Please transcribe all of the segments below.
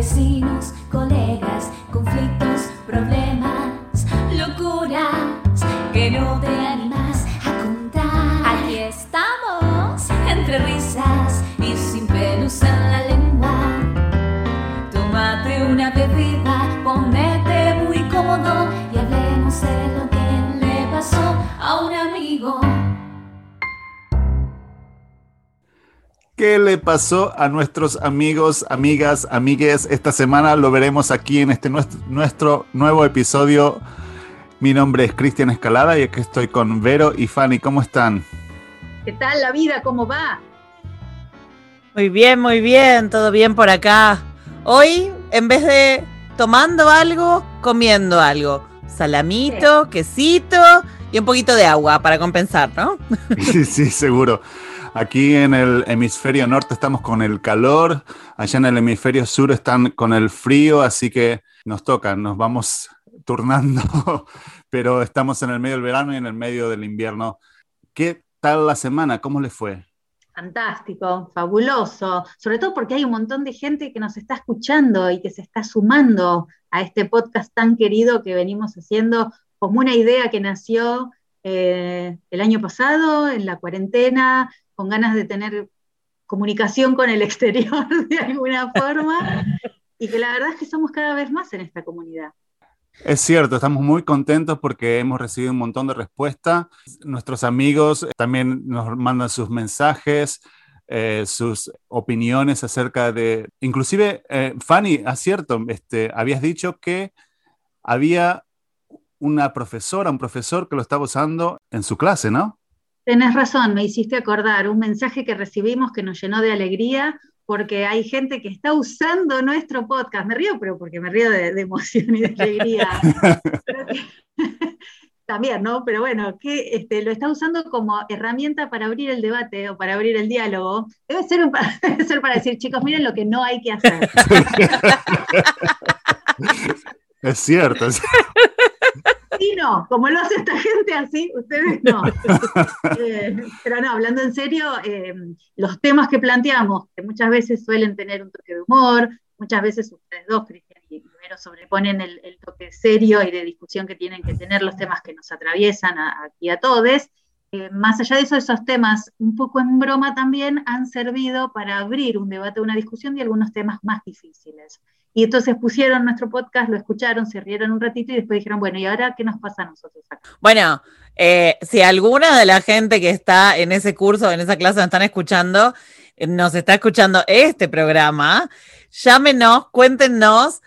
vecinos, colegas, conflictos, problemas, locuras que no te animas a contar. Aquí estamos, entre risas y sin pelos en la lengua. Tómate una bebida, ponete muy cómodo y hablemos de lo que le pasó a un amigo. ¿Qué le pasó a nuestros amigos, amigas, amigues? Esta semana lo veremos aquí en este nuestro nuevo episodio. Mi nombre es Cristian Escalada y aquí estoy con Vero y Fanny. ¿Cómo están? ¿Qué tal la vida? ¿Cómo va? Muy bien, todo bien por acá. Hoy, en vez de tomando algo, comiendo algo. Salamito, quesito y un poquito de agua para compensar, ¿no? Sí, seguro. Aquí en el hemisferio norte estamos con el calor, allá en el hemisferio sur están con el frío, así que nos vamos turnando, pero estamos en el medio del verano y en el medio del invierno. ¿Qué tal la semana? ¿Cómo les fue? Fantástico, fabuloso, sobre todo porque hay un montón de gente que nos está escuchando y que se está sumando a este podcast tan querido que venimos haciendo como una idea que nació el año pasado, en la cuarentena, con ganas de tener comunicación con el exterior de alguna forma, y que la verdad es que somos cada vez más en esta comunidad. Es cierto, estamos muy contentos porque hemos recibido un montón de respuestas. Nuestros amigos también nos mandan sus mensajes, sus opiniones acerca de... Inclusive, Fanny, acierto, habías dicho que había una profesora, un profesor que lo estaba usando en su clase, ¿no? Tenés razón, me hiciste acordar un mensaje que recibimos que nos llenó de alegría, porque hay gente que está usando nuestro podcast. Me río, pero porque me río de emoción y de alegría. También, ¿no? Pero bueno, que lo está usando como herramienta para abrir el debate o para abrir el diálogo. Debe ser para decir, chicos, miren lo que no hay que hacer. Es cierto. Sí, no, como lo hace esta gente así, ustedes no. Pero no, hablando en serio, los temas que planteamos, que muchas veces suelen tener un toque de humor, muchas veces ustedes dos, Cristian y Vero, sobreponen el toque serio y de discusión que tienen que tener los temas que nos atraviesan aquí a todos. Más allá de eso, esos temas, un poco en broma también, han servido para abrir un debate, una discusión de algunos temas más difíciles. Y entonces pusieron nuestro podcast, lo escucharon, se rieron un ratito y después dijeron, bueno, ¿y ahora qué nos pasa a nosotros acá? Bueno, si alguna de la gente que está en ese curso, en esa clase, nos están escuchando, nos está escuchando este programa, llámenos, cuéntenos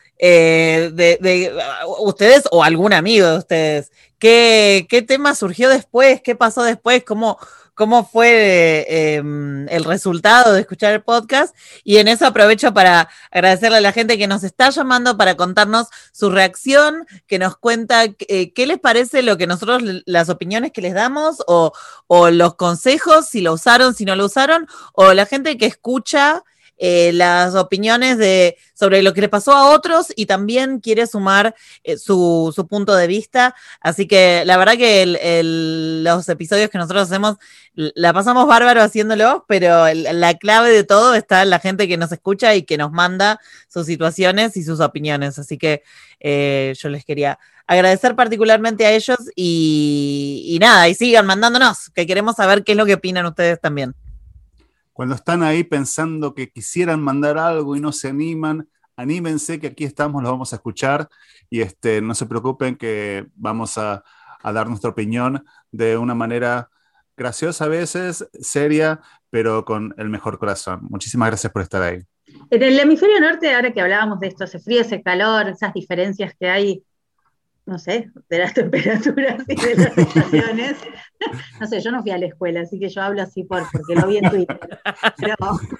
de ustedes o algún amigo de ustedes, ¿qué tema surgió después? ¿Qué pasó después? ¿Cómo fue el resultado de escuchar el podcast? Y en eso aprovecho para agradecerle a la gente que nos está llamando para contarnos su reacción, que nos cuenta qué les parece lo que nosotros, las opiniones que les damos, o los consejos, si lo usaron, si no lo usaron, o la gente que escucha las opiniones sobre lo que le pasó a otros y también quiere sumar su punto de vista. Así que la verdad que los episodios que nosotros hacemos la pasamos bárbaro haciéndolo, pero la clave de todo está en la gente que nos escucha y que nos manda sus situaciones y sus opiniones. Así que yo les quería agradecer particularmente a ellos y nada, y sigan mandándonos, que queremos saber qué es lo que opinan ustedes también. Cuando están ahí pensando que quisieran mandar algo y no se animan, anímense que aquí estamos, los vamos a escuchar y no se preocupen que vamos a dar nuestra opinión de una manera graciosa a veces, seria, pero con el mejor corazón. Muchísimas gracias por estar ahí. En el hemisferio norte, ahora que hablábamos de esto, ese frío, ese calor, esas diferencias que hay, no sé, de las temperaturas y de las estaciones. No sé, yo no fui a la escuela, así que yo hablo así porque lo vi en Twitter. Pero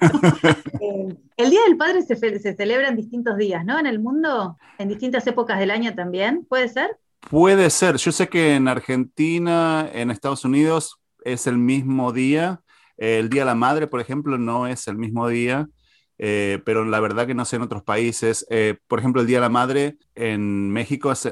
el Día del Padre se celebra en distintos días, ¿no? En el mundo, en distintas épocas del año también, ¿puede ser? Puede ser. Yo sé que en Argentina, en Estados Unidos, es el mismo día. El Día de la Madre, por ejemplo, no es el mismo día. Pero la verdad que no sé en otros países. Por ejemplo, el Día de la Madre en México es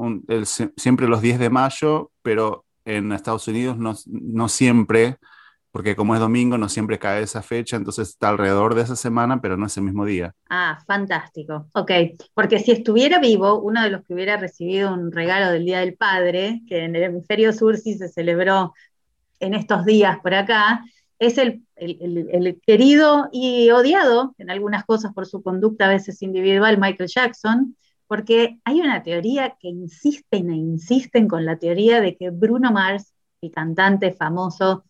siempre los 10 de mayo, pero en Estados Unidos no siempre, porque como es domingo no siempre cae esa fecha, entonces está alrededor de esa semana, pero no es el mismo día. Ah, fantástico. Ok, porque si estuviera vivo, uno de los que hubiera recibido un regalo del Día del Padre, que en el hemisferio sur sí se celebró en estos días por acá, es el querido y odiado, en algunas cosas por su conducta a veces individual, Michael Jackson, porque hay una teoría que insisten con la teoría de que Bruno Mars, el cantante famoso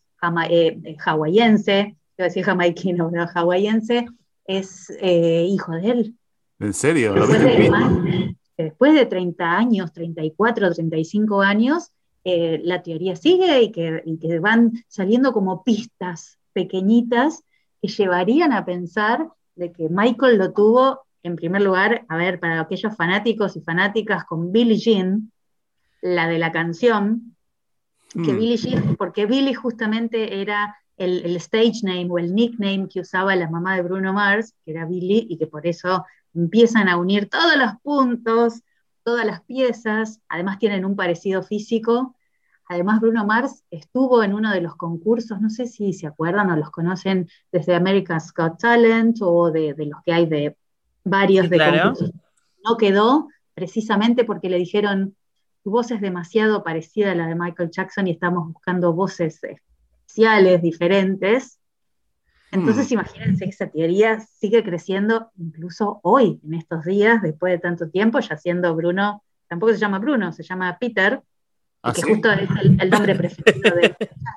hawaiense, iba a decir jamaiquino, pero hawaiense, es hijo de él. ¿En serio? ¿Lo Después viste? después de 30 años, 34, 35 años, la teoría sigue y que van saliendo como pistas pequeñitas que llevarían a pensar de que Michael lo tuvo, en primer lugar, a ver, para aquellos fanáticos y fanáticas, con Billie Jean, la de la canción, que Billie Jean, porque Billie justamente era el stage name o el nickname que usaba la mamá de Bruno Mars, que era Billie, y que por eso empiezan a unir todos los puntos, todas las piezas, además tienen un parecido físico. Además, Bruno Mars estuvo en uno de los concursos, no sé si se acuerdan o los conocen desde America's Got Talent o de los que hay de varios Sí, de claro. concursos. No quedó precisamente porque le dijeron, tu voz es demasiado parecida a la de Michael Jackson y estamos buscando voces especiales, diferentes. Entonces, imagínense que esa teoría sigue creciendo incluso hoy, en estos días, después de tanto tiempo, ya siendo Bruno, tampoco se llama Bruno, se llama Peter, ¿Ah, que sí? justo es el nombre preferido de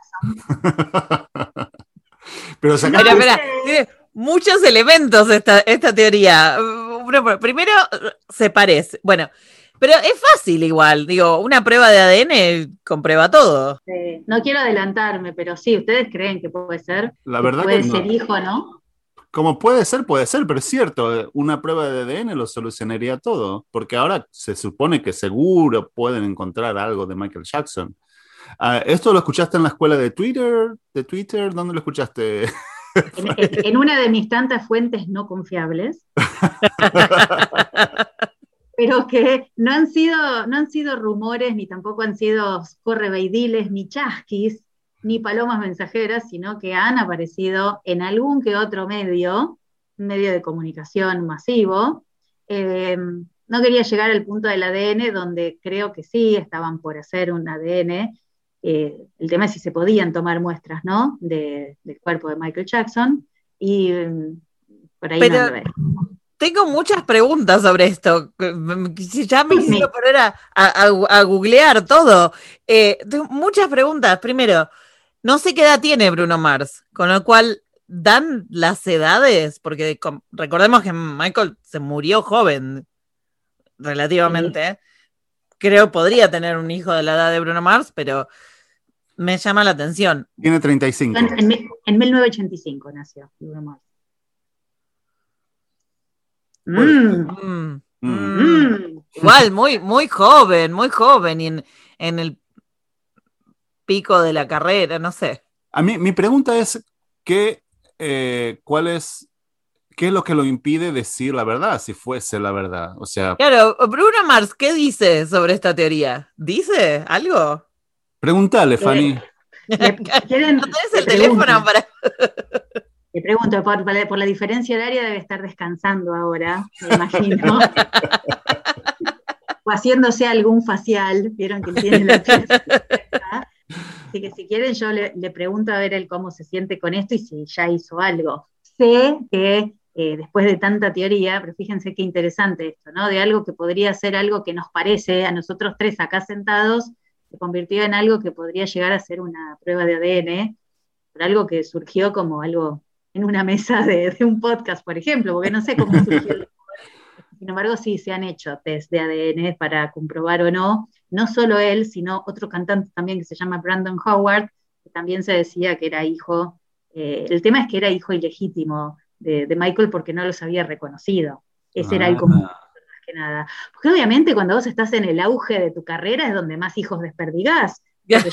Jackson. Pero sacaste... No, Espera, tiene muchos elementos esta teoría. Primero, se parece. Bueno, pero es fácil igual. Digo, una prueba de ADN comprueba todo. no quiero adelantarme, pero sí, ¿ustedes creen que puede ser? La verdad puede que no. ser hijo, ¿no? Como puede ser, pero es cierto, una prueba de ADN lo solucionaría todo, porque ahora se supone que seguro pueden encontrar algo de Michael Jackson. ¿Esto lo escuchaste en la escuela de Twitter? ¿Dónde lo escuchaste? En una de mis tantas fuentes no confiables, pero que no han sido rumores, ni tampoco han sido correveidiles, ni chasquis, ni palomas mensajeras, sino que han aparecido en algún que otro medio de comunicación masivo. No quería llegar al punto del ADN, donde creo que sí, estaban por hacer un ADN. El tema es si se podían tomar muestras, ¿no? Del cuerpo de Michael Jackson, y por ahí Pero no lo es. tengo muchas preguntas sobre esto. Ya me quisiera poner a googlear todo. Tengo muchas preguntas. Primero, no sé qué edad tiene Bruno Mars, con lo cual dan las edades, porque recordemos que Michael se murió joven, relativamente. Sí. Creo podría tener un hijo de la edad de Bruno Mars, pero me llama la atención. Tiene 35. En 1985 nació Bruno Mars. Igual, muy, muy joven, y en el pico de la carrera, no sé. A mí, mi pregunta es, ¿qué es lo que lo impide decir la verdad, si fuese la verdad? O sea, Claro, Bruno Mars, ¿qué dice sobre esta teoría? ¿Dice algo? pregúntale, Fanny. ¿Quieren? ¿No tenés el teléfono para...? Le pregunto, por la diferencia horaria debe estar descansando ahora, me imagino. O haciéndose algún facial, vieron que tiene la piel. Así que si quieren yo le pregunto a ver él cómo se siente con esto y si ya hizo algo. Sé que después de tanta teoría, pero fíjense qué interesante esto, ¿no? De algo que podría ser algo que nos parece a nosotros tres acá sentados, se convirtió en algo que podría llegar a ser una prueba de ADN, por algo que surgió como algo en una mesa de un podcast, por ejemplo, porque no sé cómo surgió el sin embargo, sí se han hecho test de ADN para comprobar o no, no solo él, sino otro cantante también que se llama Brandon Howard, que también se decía que era hijo, el tema es que era hijo ilegítimo de Michael porque no los había reconocido. Ese era el común, más que nada. Porque obviamente cuando vos estás en el auge de tu carrera es donde más hijos desperdigás.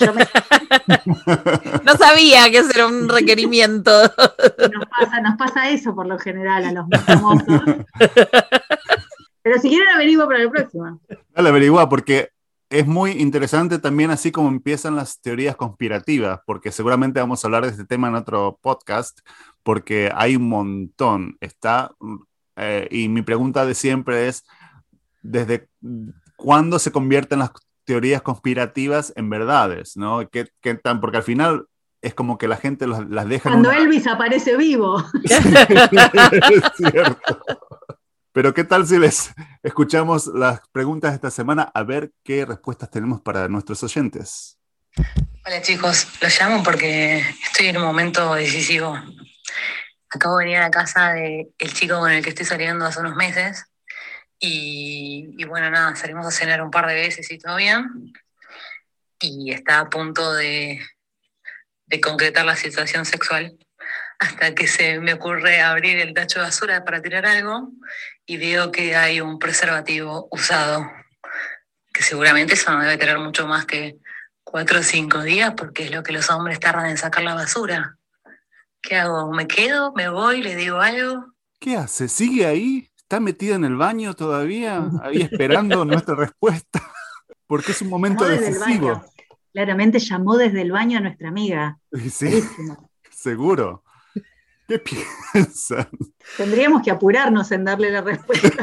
No sabía que eso era un requerimiento. Nos pasa eso por lo general a los más famosos. Pero si quieren averiguo para la próxima. Dale, averigua, porque es muy interesante también así como empiezan las teorías conspirativas, porque seguramente vamos a hablar de este tema en otro podcast, porque hay un montón. Y mi pregunta de siempre es, ¿desde cuándo se convierten las teorías conspirativas en verdades? ¿No? Porque al final es como que la gente las deja Cuando Elvis aparece vivo. Es cierto. Pero ¿qué tal si les escuchamos las preguntas de esta semana a ver qué respuestas tenemos para nuestros oyentes? Hola chicos, los llamo porque estoy en un momento decisivo. Acabo de venir a la casa del chico con el que estoy saliendo hace unos meses y bueno, nada, salimos a cenar un par de veces y todo bien. Y está a punto de concretar la situación sexual hasta que se me ocurre abrir el tacho de basura para tirar algo y veo que hay un preservativo usado, que seguramente eso no debe tener mucho más que 4 o 5 días, porque es lo que los hombres tardan en sacar la basura. ¿Qué hago? ¿Me quedo? ¿Me voy? ¿Le digo algo? ¿Qué hace? ¿Sigue ahí? ¿Está metida en el baño todavía? Ahí esperando nuestra respuesta. Porque es un momento Llamó desde el decisivo. baño. Claramente llamó desde el baño a nuestra amiga. Sí, Buenísimo. seguro. ¿Qué piensan? Tendríamos que apurarnos en darle la respuesta.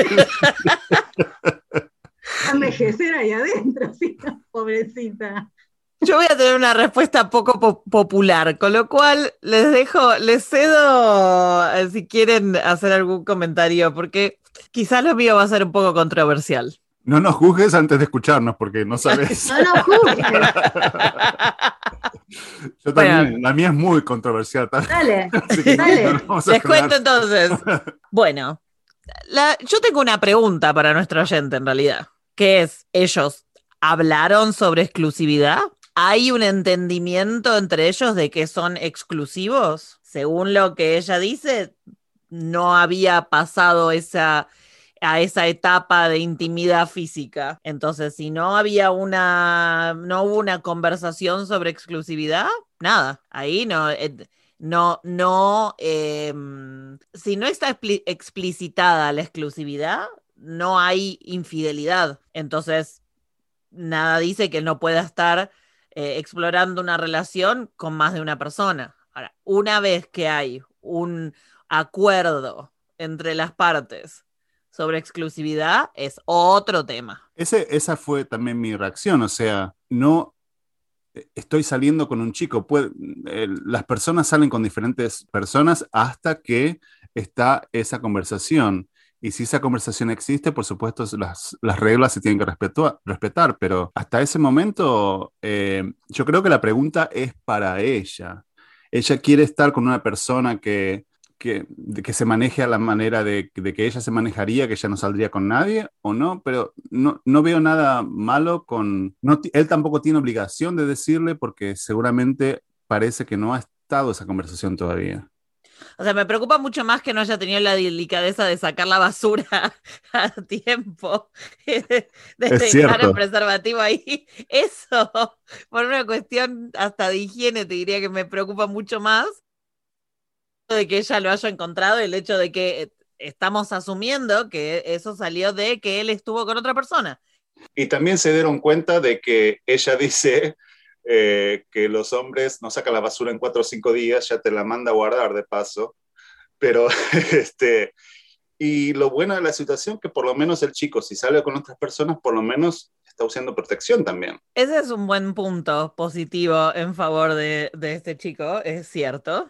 Envejecer ahí adentro, ¿sí? Pobrecita. Yo voy a tener una respuesta poco popular, con lo cual les cedo si quieren hacer algún comentario, porque quizás lo mío va a ser un poco controversial. No nos juzgues antes de escucharnos, porque no sabes. No nos juzgues. Yo también, bueno, la mía es muy controversial. Dale, dale. Les cuento entonces. Bueno, yo tengo una pregunta para nuestro oyente en realidad, que es, ¿ellos hablaron sobre exclusividad? ¿Hay un entendimiento entre ellos de que son exclusivos? Según lo que ella dice, no había pasado a esa etapa de intimidad física. Entonces, si no hubo una conversación sobre exclusividad, nada, ahí si no está explicitada la exclusividad, no hay infidelidad. Entonces, nada dice que él no pueda estar explorando una relación con más de una persona. Ahora, una vez que hay un acuerdo entre las partes sobre exclusividad, es otro tema. Esa fue también mi reacción, o sea, no estoy saliendo con un chico, las personas salen con diferentes personas hasta que está esa conversación. Y si esa conversación existe, por supuesto, las reglas se tienen que respetar, pero hasta ese momento yo creo que la pregunta es para ella. Ella quiere estar con una persona que se maneje a la manera de que ella se manejaría, que ella no saldría con nadie o no, pero no veo nada malo él tampoco tiene obligación de decirle porque seguramente parece que no ha estado esa conversación todavía. O sea, me preocupa mucho más que no haya tenido la delicadeza de sacar la basura a tiempo, de dejar el preservativo ahí. Eso, por una cuestión hasta de higiene, te diría que me preocupa mucho más de que ella lo haya encontrado, el hecho de que estamos asumiendo que eso salió de que él estuvo con otra persona. Y también se dieron cuenta de que ella dice que los hombres no sacan la basura en 4 o 5 días, ya te la manda a guardar de paso, pero y lo bueno de la situación que por lo menos el chico, si sale con otras personas, por lo menos está usando protección también. Ese es un buen punto positivo en favor de este chico, es cierto.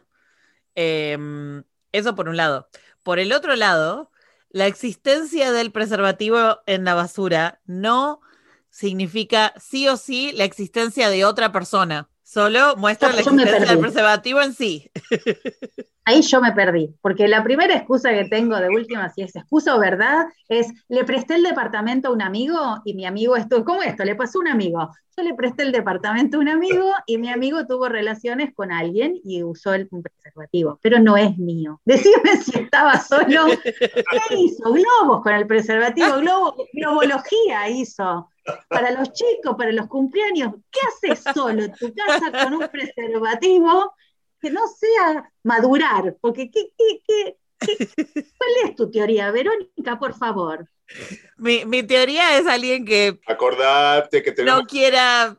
Eso por un lado. Por el otro lado, la existencia del preservativo en la basura no significa sí o sí la existencia de otra persona. Solo muestra la existencia del preservativo en sí. Ahí yo me perdí, porque la primera excusa que tengo de última, si es excusa o verdad, es le presté el departamento a un amigo y mi amigo ¿cómo esto? Le pasó a un amigo. Yo le presté el departamento a un amigo y mi amigo tuvo relaciones con alguien y usó un preservativo, pero no es mío. Decime si estaba solo. ¿Qué hizo? Globos con el preservativo, globología hizo. Para los chicos, para los cumpleaños, ¿qué haces solo en tu casa con un preservativo que no sea madurar? Porque ¿cuál es tu teoría, Verónica, por favor? Mi teoría es alguien que Acordate que tenemos... no quiera...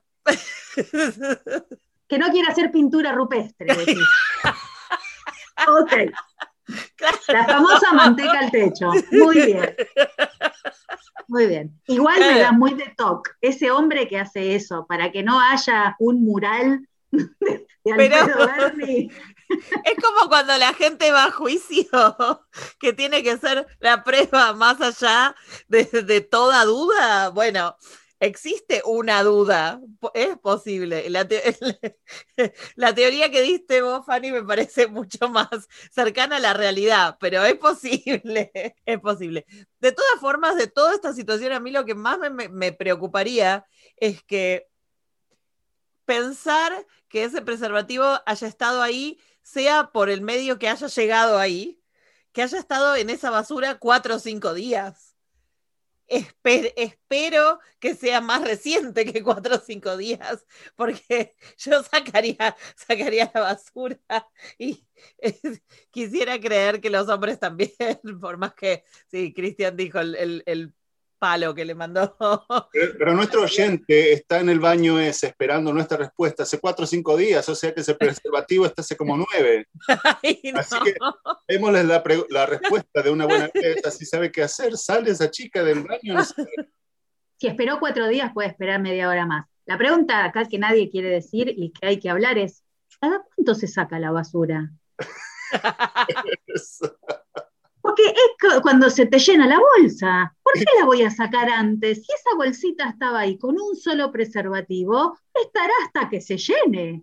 Que no quiere hacer pintura rupestre, decís. Ok. Claro. La famosa manteca al techo. Muy bien. Muy bien. Igual me da muy de toque ese hombre que hace eso, para que no haya un mural de Alfredo Berni. Es como cuando la gente va a juicio, que tiene que ser la prueba más allá de toda duda. Bueno, existe una duda, es posible. La teoría que diste vos, Fanny, me parece mucho más cercana a la realidad, pero es posible, es posible. De todas formas, de toda esta situación, a mí lo que más me preocuparía es que pensar que ese preservativo haya estado ahí, sea por el medio que haya llegado ahí, que haya estado en esa basura 4 o 5 días. Espero que sea más reciente que 4 o 5 días, porque yo sacaría la basura y quisiera creer que los hombres también, por más que, sí, Cristian dijo el palo que le mandó. Pero nuestro oyente está en el baño esperando nuestra respuesta hace 4 o 5 días, o sea que ese preservativo está hace como 9. Ay, no. Así que démosles la respuesta de una buena vez, así sabe qué hacer, sale esa chica del baño. No sé. Si esperó 4 días, puede esperar media hora más. La pregunta acá que nadie quiere decir y que hay que hablar es, ¿cada cuánto se saca la basura? Porque es cuando se te llena la bolsa. ¿Por qué la voy a sacar antes? Si esa bolsita estaba ahí con un solo preservativo, estará hasta que se llene.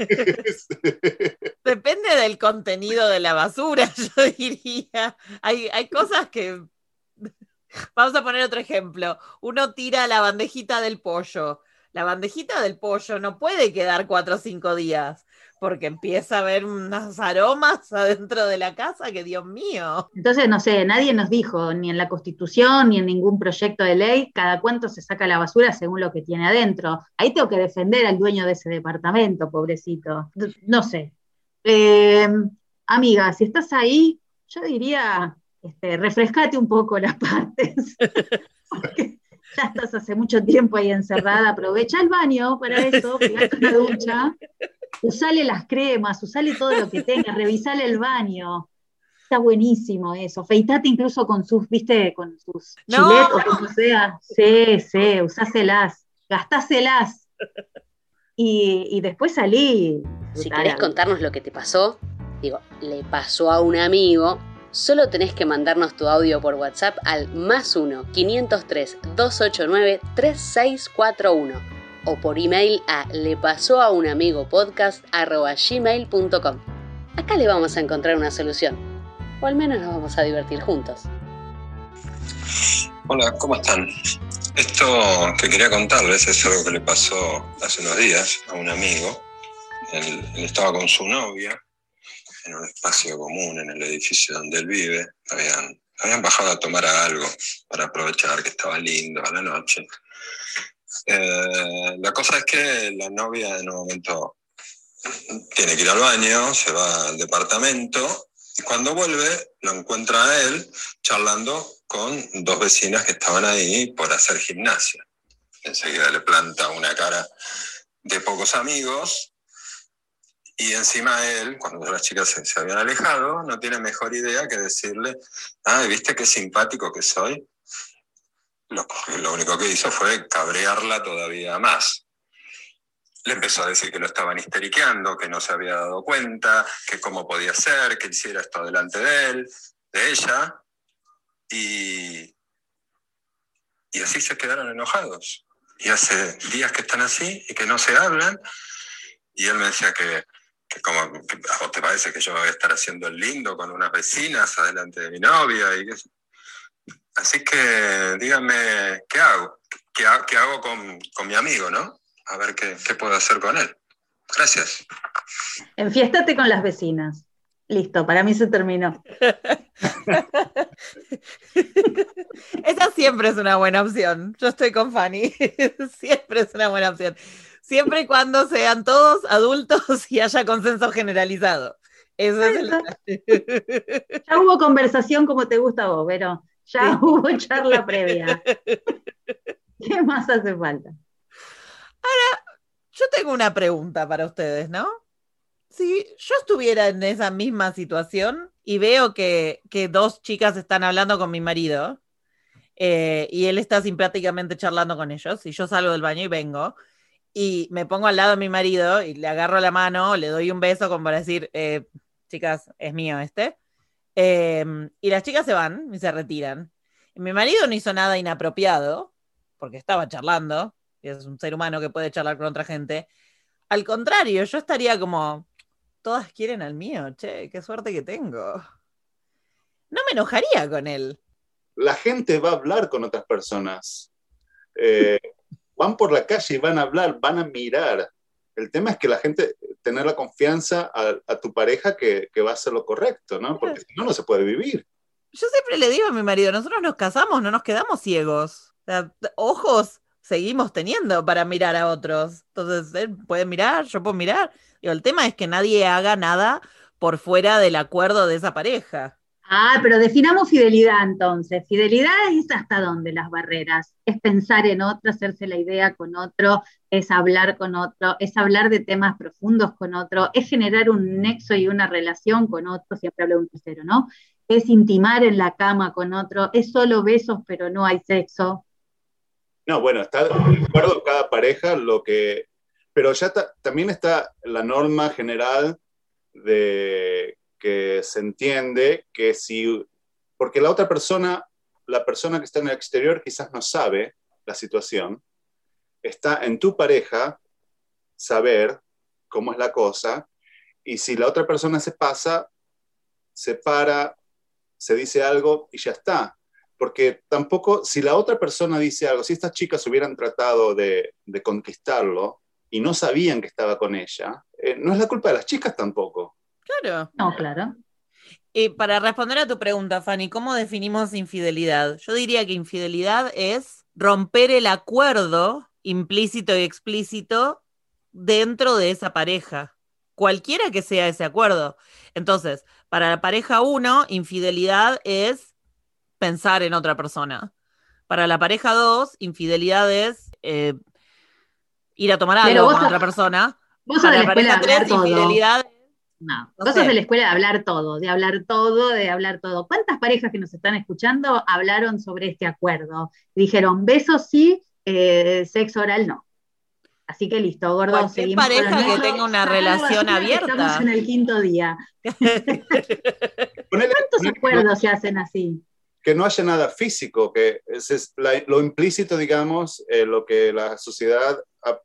Depende del contenido de la basura, yo diría. Hay cosas que... Vamos a poner otro ejemplo. Uno tira la bandejita del pollo. La bandejita del pollo no puede quedar 4 o 5 días, porque empieza a haber unos aromas adentro de la casa que, Dios mío. Entonces, no sé, nadie nos dijo, ni en la Constitución, ni en ningún proyecto de ley, cada cuánto se saca la basura según lo que tiene adentro. Ahí tengo que defender al dueño de ese departamento, pobrecito. No sé. Amiga, si estás ahí, yo diría, refrescate un poco las partes. Porque ya estás hace mucho tiempo ahí encerrada, aprovecha el baño para eso, pegate una ducha, usale las cremas, usale todo lo que tengas, revisale el baño. Está buenísimo eso. Afeitate incluso con sus, viste, con sus chilet o como sea. Sí, usáselas, gastáselas. Y después salí. Si querés contarnos lo que te pasó, le pasó a un amigo, solo tenés que mandarnos tu audio por WhatsApp al +1 503 289 3641 o por email a lepasoaunamigopodcast@gmail.com. Acá le vamos a encontrar una solución, o al menos nos vamos a divertir juntos. Hola, ¿cómo están? Esto que quería contarles es algo que le pasó hace unos días a un amigo. Él estaba con su novia en un espacio común en el edificio donde él vive. Habían bajado a tomar algo para aprovechar que estaba lindo a la noche. La cosa es que la novia en un momento tiene que ir al baño, se va al departamento y cuando vuelve lo encuentra a él charlando con 2 vecinas que estaban ahí por hacer gimnasia. Enseguida le planta una cara de pocos amigos y encima él, cuando las chicas se habían alejado, no tiene mejor idea que decirle: ¿viste qué simpático que soy? Lo único que hizo fue cabrearla todavía más. Le empezó a decir que lo estaban histeriqueando, que no se había dado cuenta, que cómo podía ser, que hiciera esto delante de él, de ella, y así se quedaron enojados. Y hace días que están así y que no se hablan, y él me decía que ¿a vos te parece que yo voy a estar haciendo el lindo con unas vecinas adelante de mi novia? Así que díganme, ¿qué hago? ¿Qué hago con mi amigo, no? A ver qué puedo hacer con él. Gracias. Enfiéstate con las vecinas. Listo, para mí se terminó. Esa siempre es una buena opción. Yo estoy con Fanny. Siempre es una buena opción. Siempre y cuando sean todos adultos y haya consenso generalizado. Eso es Ya hubo conversación como te gusta a vos, pero Ya hubo charla previa. ¿Qué más hace falta? Yo tengo una pregunta para ustedes, ¿no? Si yo estuviera en esa misma situación y veo que dos chicas están hablando con mi marido y él está simpáticamente charlando con ellos, y yo salgo del baño y vengo y me pongo al lado de mi marido y le agarro la mano, le doy un beso como para decir, chicas, es mío este. Y las chicas se van y se retiran. Y mi marido no hizo nada inapropiado porque estaba charlando, y es un ser humano que puede charlar con otra gente. Al contrario, yo estaría como, todas quieren al mío, che, qué suerte que tengo. No me enojaría con él. La gente va a hablar con otras personas. Van por la calle y van a hablar, van a mirar. El tema es que la gente, tener la confianza a tu pareja que va a hacer lo correcto, ¿no? Porque si no, no se puede vivir. Yo siempre le digo a mi marido, nosotros nos casamos, no nos quedamos ciegos. O sea, ojos seguimos teniendo para mirar a otros. Entonces, él puede mirar, yo puedo mirar. Digo, el tema es que nadie haga nada por fuera del acuerdo de esa pareja. Ah, pero definamos fidelidad entonces. Fidelidad es hasta dónde las barreras. Es pensar en otro, hacerse la idea con otro, es hablar con otro, es hablar de temas profundos con otro, es generar un nexo y una relación con otro, siempre hablo de un tercero, ¿no? Es intimar en la cama con otro, es solo besos pero no hay sexo. No, bueno, está de acuerdo cada pareja lo que... Pero ya también está la norma general de que se entiende que si... Porque la otra persona, la persona que está en el exterior quizás no sabe la situación, está en tu pareja saber cómo es la cosa, y si la otra persona se pasa, se para, se dice algo y ya está. Porque tampoco, si la otra persona dice algo, si estas chicas hubieran tratado de conquistarlo y no sabían que estaba con ella, no es la culpa de las chicas tampoco. Claro. No, claro. Y para responder a tu pregunta, Fanny, ¿cómo definimos infidelidad? Yo diría que infidelidad es romper el acuerdo implícito y explícito dentro de esa pareja, cualquiera que sea ese acuerdo. Entonces, para la pareja 1, infidelidad es pensar en otra persona. Para la pareja 2, infidelidad es ir a tomar algo con otra persona. Vos sos Para de la la escuela pareja de hablar 3, todo. infidelidad No, no vos sos sé. de la escuela de hablar todo, de hablar todo, de hablar todo. ¿Cuántas parejas que nos están escuchando hablaron sobre este acuerdo? Dijeron, besos sí, sexo oral no. Así que listo, gordo, Cualquier seguimos con lo pareja que nuestro. tenga una Sacá la relación basura que estamos abierta. en el 5.º día. ¿Cuántos acuerdos se hacen así? Que no haya nada físico, que lo implícito, digamos, lo que la sociedad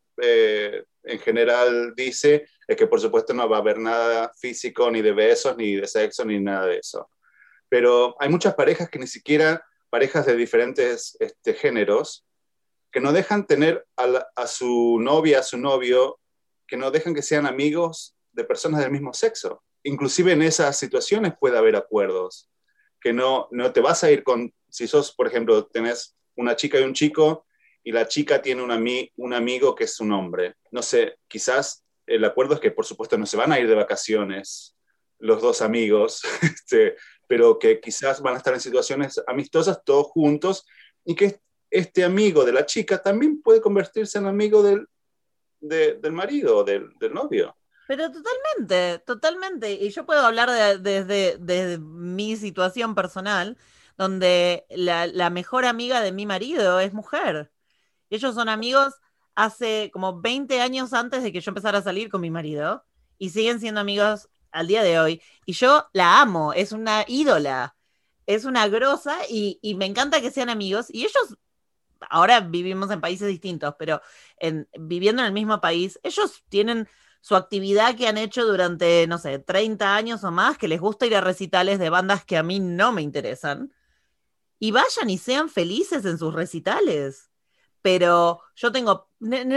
en general dice, es que por supuesto no va a haber nada físico, ni de besos, ni de sexo, ni nada de eso. Pero hay muchas parejas que ni siquiera, parejas de diferentes géneros, que no dejan tener a su novia, a su novio, que no dejan que sean amigos de personas del mismo sexo. Inclusive en esas situaciones puede haber acuerdos, que no te vas a ir con, si sos, por ejemplo, tenés una chica y un chico, y la chica tiene un amigo que es un hombre. No sé, quizás el acuerdo es que, por supuesto, no se van a ir de vacaciones los dos amigos, pero que quizás van a estar en situaciones amistosas todos juntos, y que este amigo de la chica también puede convertirse en amigo del marido, del novio. Pero totalmente, totalmente. Y yo puedo hablar desde mi situación personal, donde la mejor amiga de mi marido es mujer. Ellos son amigos hace como 20 años antes de que yo empezara a salir con mi marido, y siguen siendo amigos al día de hoy. Y yo la amo, es una ídola, es una grosa, y me encanta que sean amigos. Y ellos, ahora vivimos en países distintos, pero viviendo en el mismo país, ellos tienen su actividad que han hecho durante, no sé, 30 años o más, que les gusta ir a recitales de bandas que a mí no me interesan, y vayan y sean felices en sus recitales. Pero yo tengo,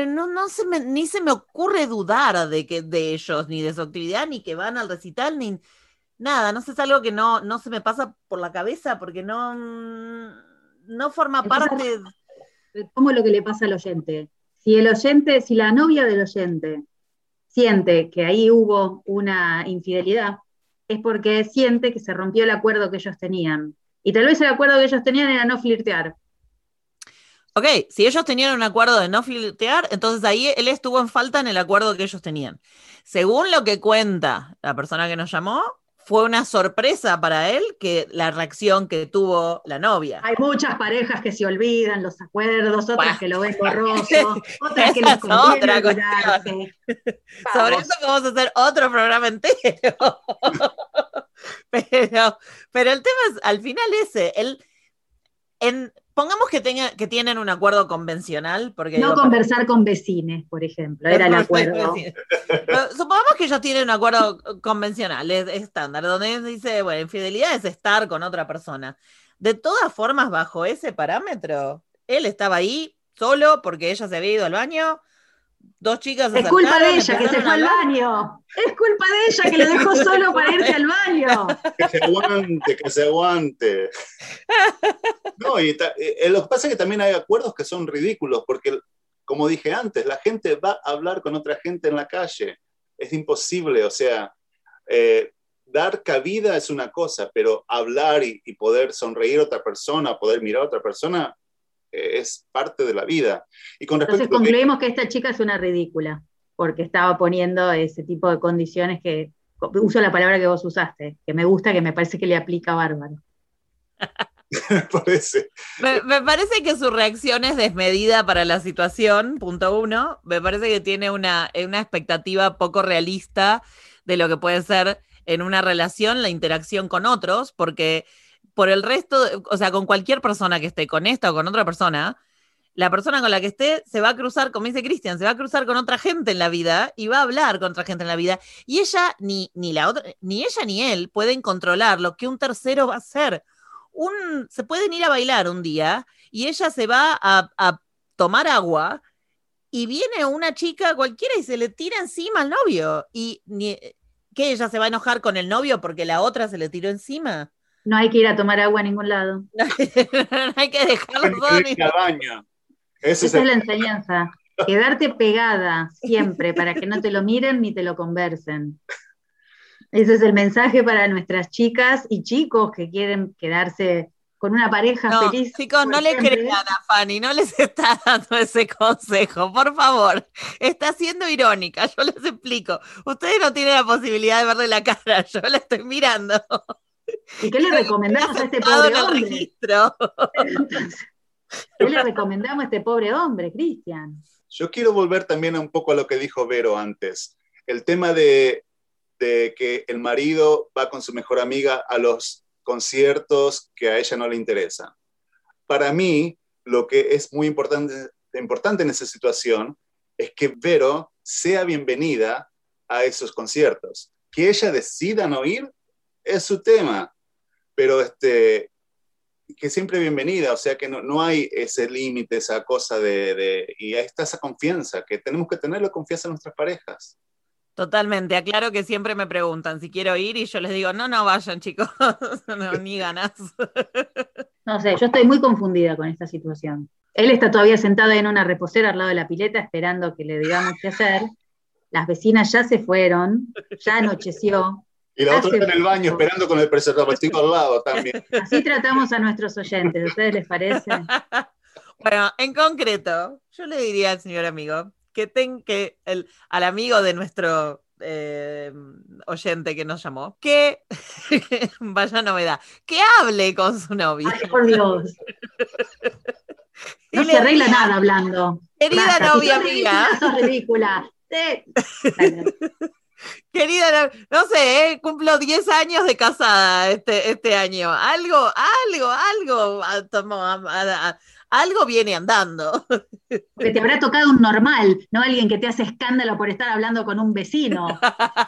ni se me ocurre dudar de ellos, ni de su actividad, ni que van al recital, ni nada. No sé, es algo que no se me pasa por la cabeza porque no forma parte. ¿Cómo es lo que le pasa al oyente? Si la novia del oyente siente que ahí hubo una infidelidad, es porque siente que se rompió el acuerdo que ellos tenían. Y tal vez el acuerdo que ellos tenían era no flirtear. Ok, si ellos tenían un acuerdo de no flirtear, entonces ahí él estuvo en falta en el acuerdo que ellos tenían. Según lo que cuenta la persona que nos llamó, fue una sorpresa para él que la reacción que tuvo la novia. Hay muchas parejas que se olvidan los acuerdos, otras Bueno. que lo ven borroso, otras que Esa les es conviene otra olvidarse. Sobre Vamos. eso vamos a hacer otro programa entero. pero el tema es, al final pongamos que tienen un acuerdo convencional, porque No digo, conversar con vecines, por ejemplo, era el acuerdo. Supongamos que ellos tienen un acuerdo convencional, es estándar, donde dice, bueno, infidelidad es estar con otra persona. De todas formas, bajo ese parámetro, él estaba ahí solo porque ella se había ido al baño. Dos chicas se Es culpa de acercaron, ella que se empezaron fue a al hablar. baño. Es culpa de ella que lo dejó solo para irse al baño. Que se aguante, que se aguante. No, lo que pasa es que también hay acuerdos que son ridículos, porque, como dije antes, la gente va a hablar con otra gente en la calle. Es imposible, o sea, dar cabida es una cosa, pero hablar y poder sonreír a otra persona, poder mirar a otra persona, es parte de la vida. Y con respecto Entonces concluimos que esta chica es una ridícula, porque estaba poniendo ese tipo de condiciones que, uso la palabra que vos usaste, que me gusta, que me parece que le aplica bárbaro. parece. Me parece que su reacción es desmedida para la situación, punto uno. Me parece que tiene una expectativa poco realista de lo que puede ser en una relación la interacción con otros, porque por el resto, o sea, con cualquier persona que esté, con esta o con otra persona, la persona con la que esté se va a cruzar, como dice Cristian, se va a cruzar con otra gente en la vida y va a hablar con otra gente en la vida. Y ella, ni ella ni él pueden controlar lo que un tercero va a hacer. Se pueden ir a bailar un día y ella se va a tomar agua y viene una chica cualquiera y se le tira encima al novio. ¿Qué? ¿Ella se va a enojar con el novio porque la otra se le tiró encima? No hay que ir a tomar agua a ningún lado. No hay que dejarlo todo. Al baño. Esa es la enseñanza. Quedarte pegada siempre para que no te lo miren ni te lo conversen. Ese es el mensaje para nuestras chicas y chicos que quieren quedarse con una pareja feliz. Chicos, no le crean a Fanny, no les está dando ese consejo, por favor. Está siendo irónica, yo les explico. Ustedes no tienen la posibilidad de verle la cara, yo la estoy mirando. ¿Y qué le recomendamos a este pobre hombre? Registro. ¿Qué le recomendamos a este pobre hombre, Cristian? Yo quiero volver también un poco a lo que dijo Vero antes. El tema de que el marido va con su mejor amiga a los conciertos que a ella no le interesan. Para mí, lo que es muy importante en esa situación es que Vero sea bienvenida a esos conciertos. Que ella decida no ir es su tema, pero que siempre bienvenida, o sea que no hay ese límite, esa cosa y ahí está esa confianza, que tenemos que tenerle confianza en nuestras parejas. Totalmente, aclaro que siempre me preguntan si quiero ir y yo les digo, no vayan chicos, no, ni ganas. No sé, yo estoy muy confundida con esta situación. Él está todavía sentado en una reposera al lado de la pileta esperando que le digamos qué hacer. Las vecinas ya se fueron, ya anocheció. Y la otra está en el baño esperando con el preservativo al lado también. Así tratamos a nuestros oyentes, ¿a ustedes les parece? Bueno, en concreto, yo le diría al señor amigo al amigo de nuestro oyente que nos llamó, que vaya novedad, que hable con su novia. Ay, por Dios. No se arregla nada hablando. Querida novia mía. Sos ridícula. Querida, no sé, cumplo 10 años de casada este año. Algo viene andando. Porque te habrá tocado un normal, no alguien que te hace escándalo por estar hablando con un vecino.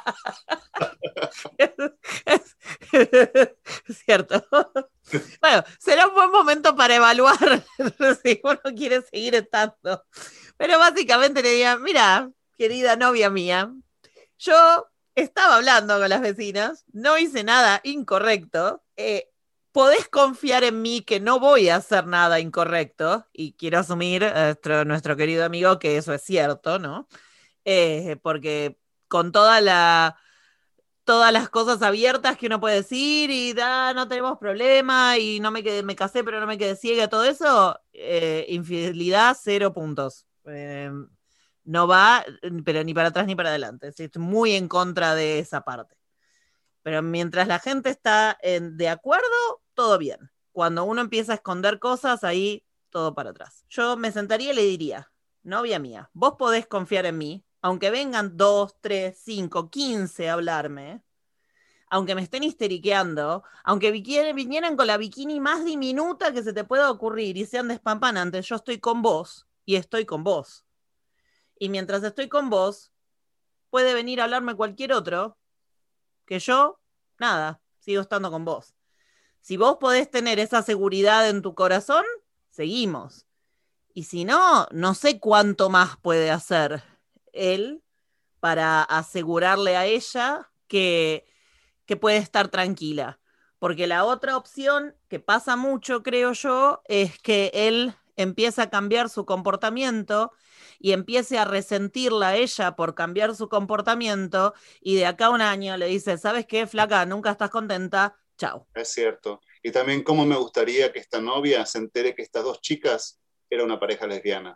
Cierto. Bueno, será un buen momento para evaluar si uno quiere seguir estando. Pero básicamente le diría, mira, querida novia mía, yo estaba hablando con las vecinas, no hice nada incorrecto, podés confiar en mí que no voy a hacer nada incorrecto, y quiero asumir, nuestro querido amigo, que eso es cierto, ¿no? Porque con toda todas las cosas abiertas que uno puede decir y no tenemos problema y no me casé pero no me quedé ciega, todo eso, infidelidad 0 puntos. No va, pero ni para atrás ni para adelante. Estoy muy en contra de esa parte. Pero mientras la gente está de acuerdo, todo bien. Cuando uno empieza a esconder cosas, ahí todo para atrás. Yo me sentaría y le diría, novia mía, vos podés confiar en mí, aunque vengan 2, 3, 5, 15 a hablarme, aunque me estén histeriqueando, aunque vinieran con la bikini más diminuta que se te pueda ocurrir y sean despampanantes, yo estoy con vos y estoy con vos. Y mientras estoy con vos, puede venir a hablarme cualquier otro, que yo, nada, sigo estando con vos. Si vos podés tener esa seguridad en tu corazón, seguimos. Y si no, no sé cuánto más puede hacer él para asegurarle a ella que puede estar tranquila. Porque la otra opción que pasa mucho, creo yo, es que él empieza a cambiar su comportamiento y empiece a resentirla a ella por cambiar su comportamiento y de acá a un año le dice, ¿sabes qué, flaca? Nunca estás contenta, chao. Es cierto. Y también cómo me gustaría que esta novia se entere que estas 2 chicas eran una pareja lesbiana.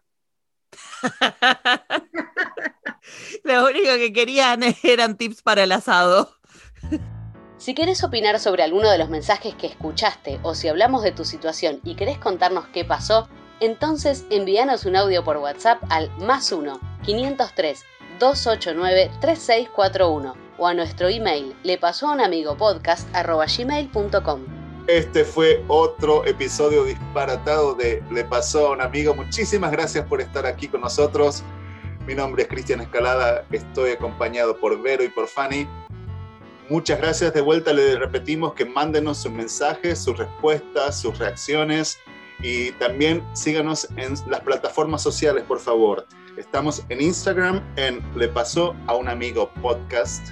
Lo único que querían eran tips para el asado. Si querés opinar sobre alguno de los mensajes que escuchaste o si hablamos de tu situación y querés contarnos qué pasó, entonces envíanos un audio por WhatsApp al +1 503 289 3641 o a nuestro email lepasoaunamigopodcast@gmail.com. Este fue otro episodio disparatado de Le Pasó a un Amigo. Muchísimas gracias por estar aquí con nosotros. Mi nombre es Cristian Escalada, estoy acompañado por Vero y por Fanny. Muchas gracias. De vuelta les repetimos que mándenos sus mensajes, sus respuestas, sus reacciones y también síganos en las plataformas sociales, por favor. Estamos en Instagram en Le Pasó a un Amigo Podcast.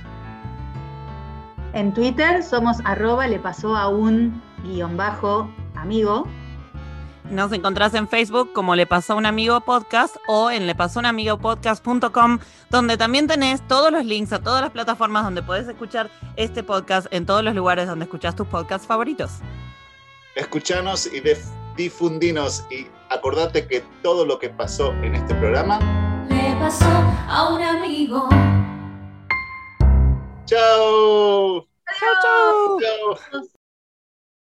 En Twitter somos @lepasoaun_amigo. Nos encontrás en Facebook como Le Pasó a un Amigo Podcast o en lepasounamigopodcast.com, donde también tenés todos los links a todas las plataformas donde podés escuchar este podcast en todos los lugares donde escuchás tus podcasts favoritos. Escuchanos y difundinos y acordate que todo lo que pasó en este programa Le pasó a un amigo. ¡Chao! Adiós. ¡Chao! Adiós.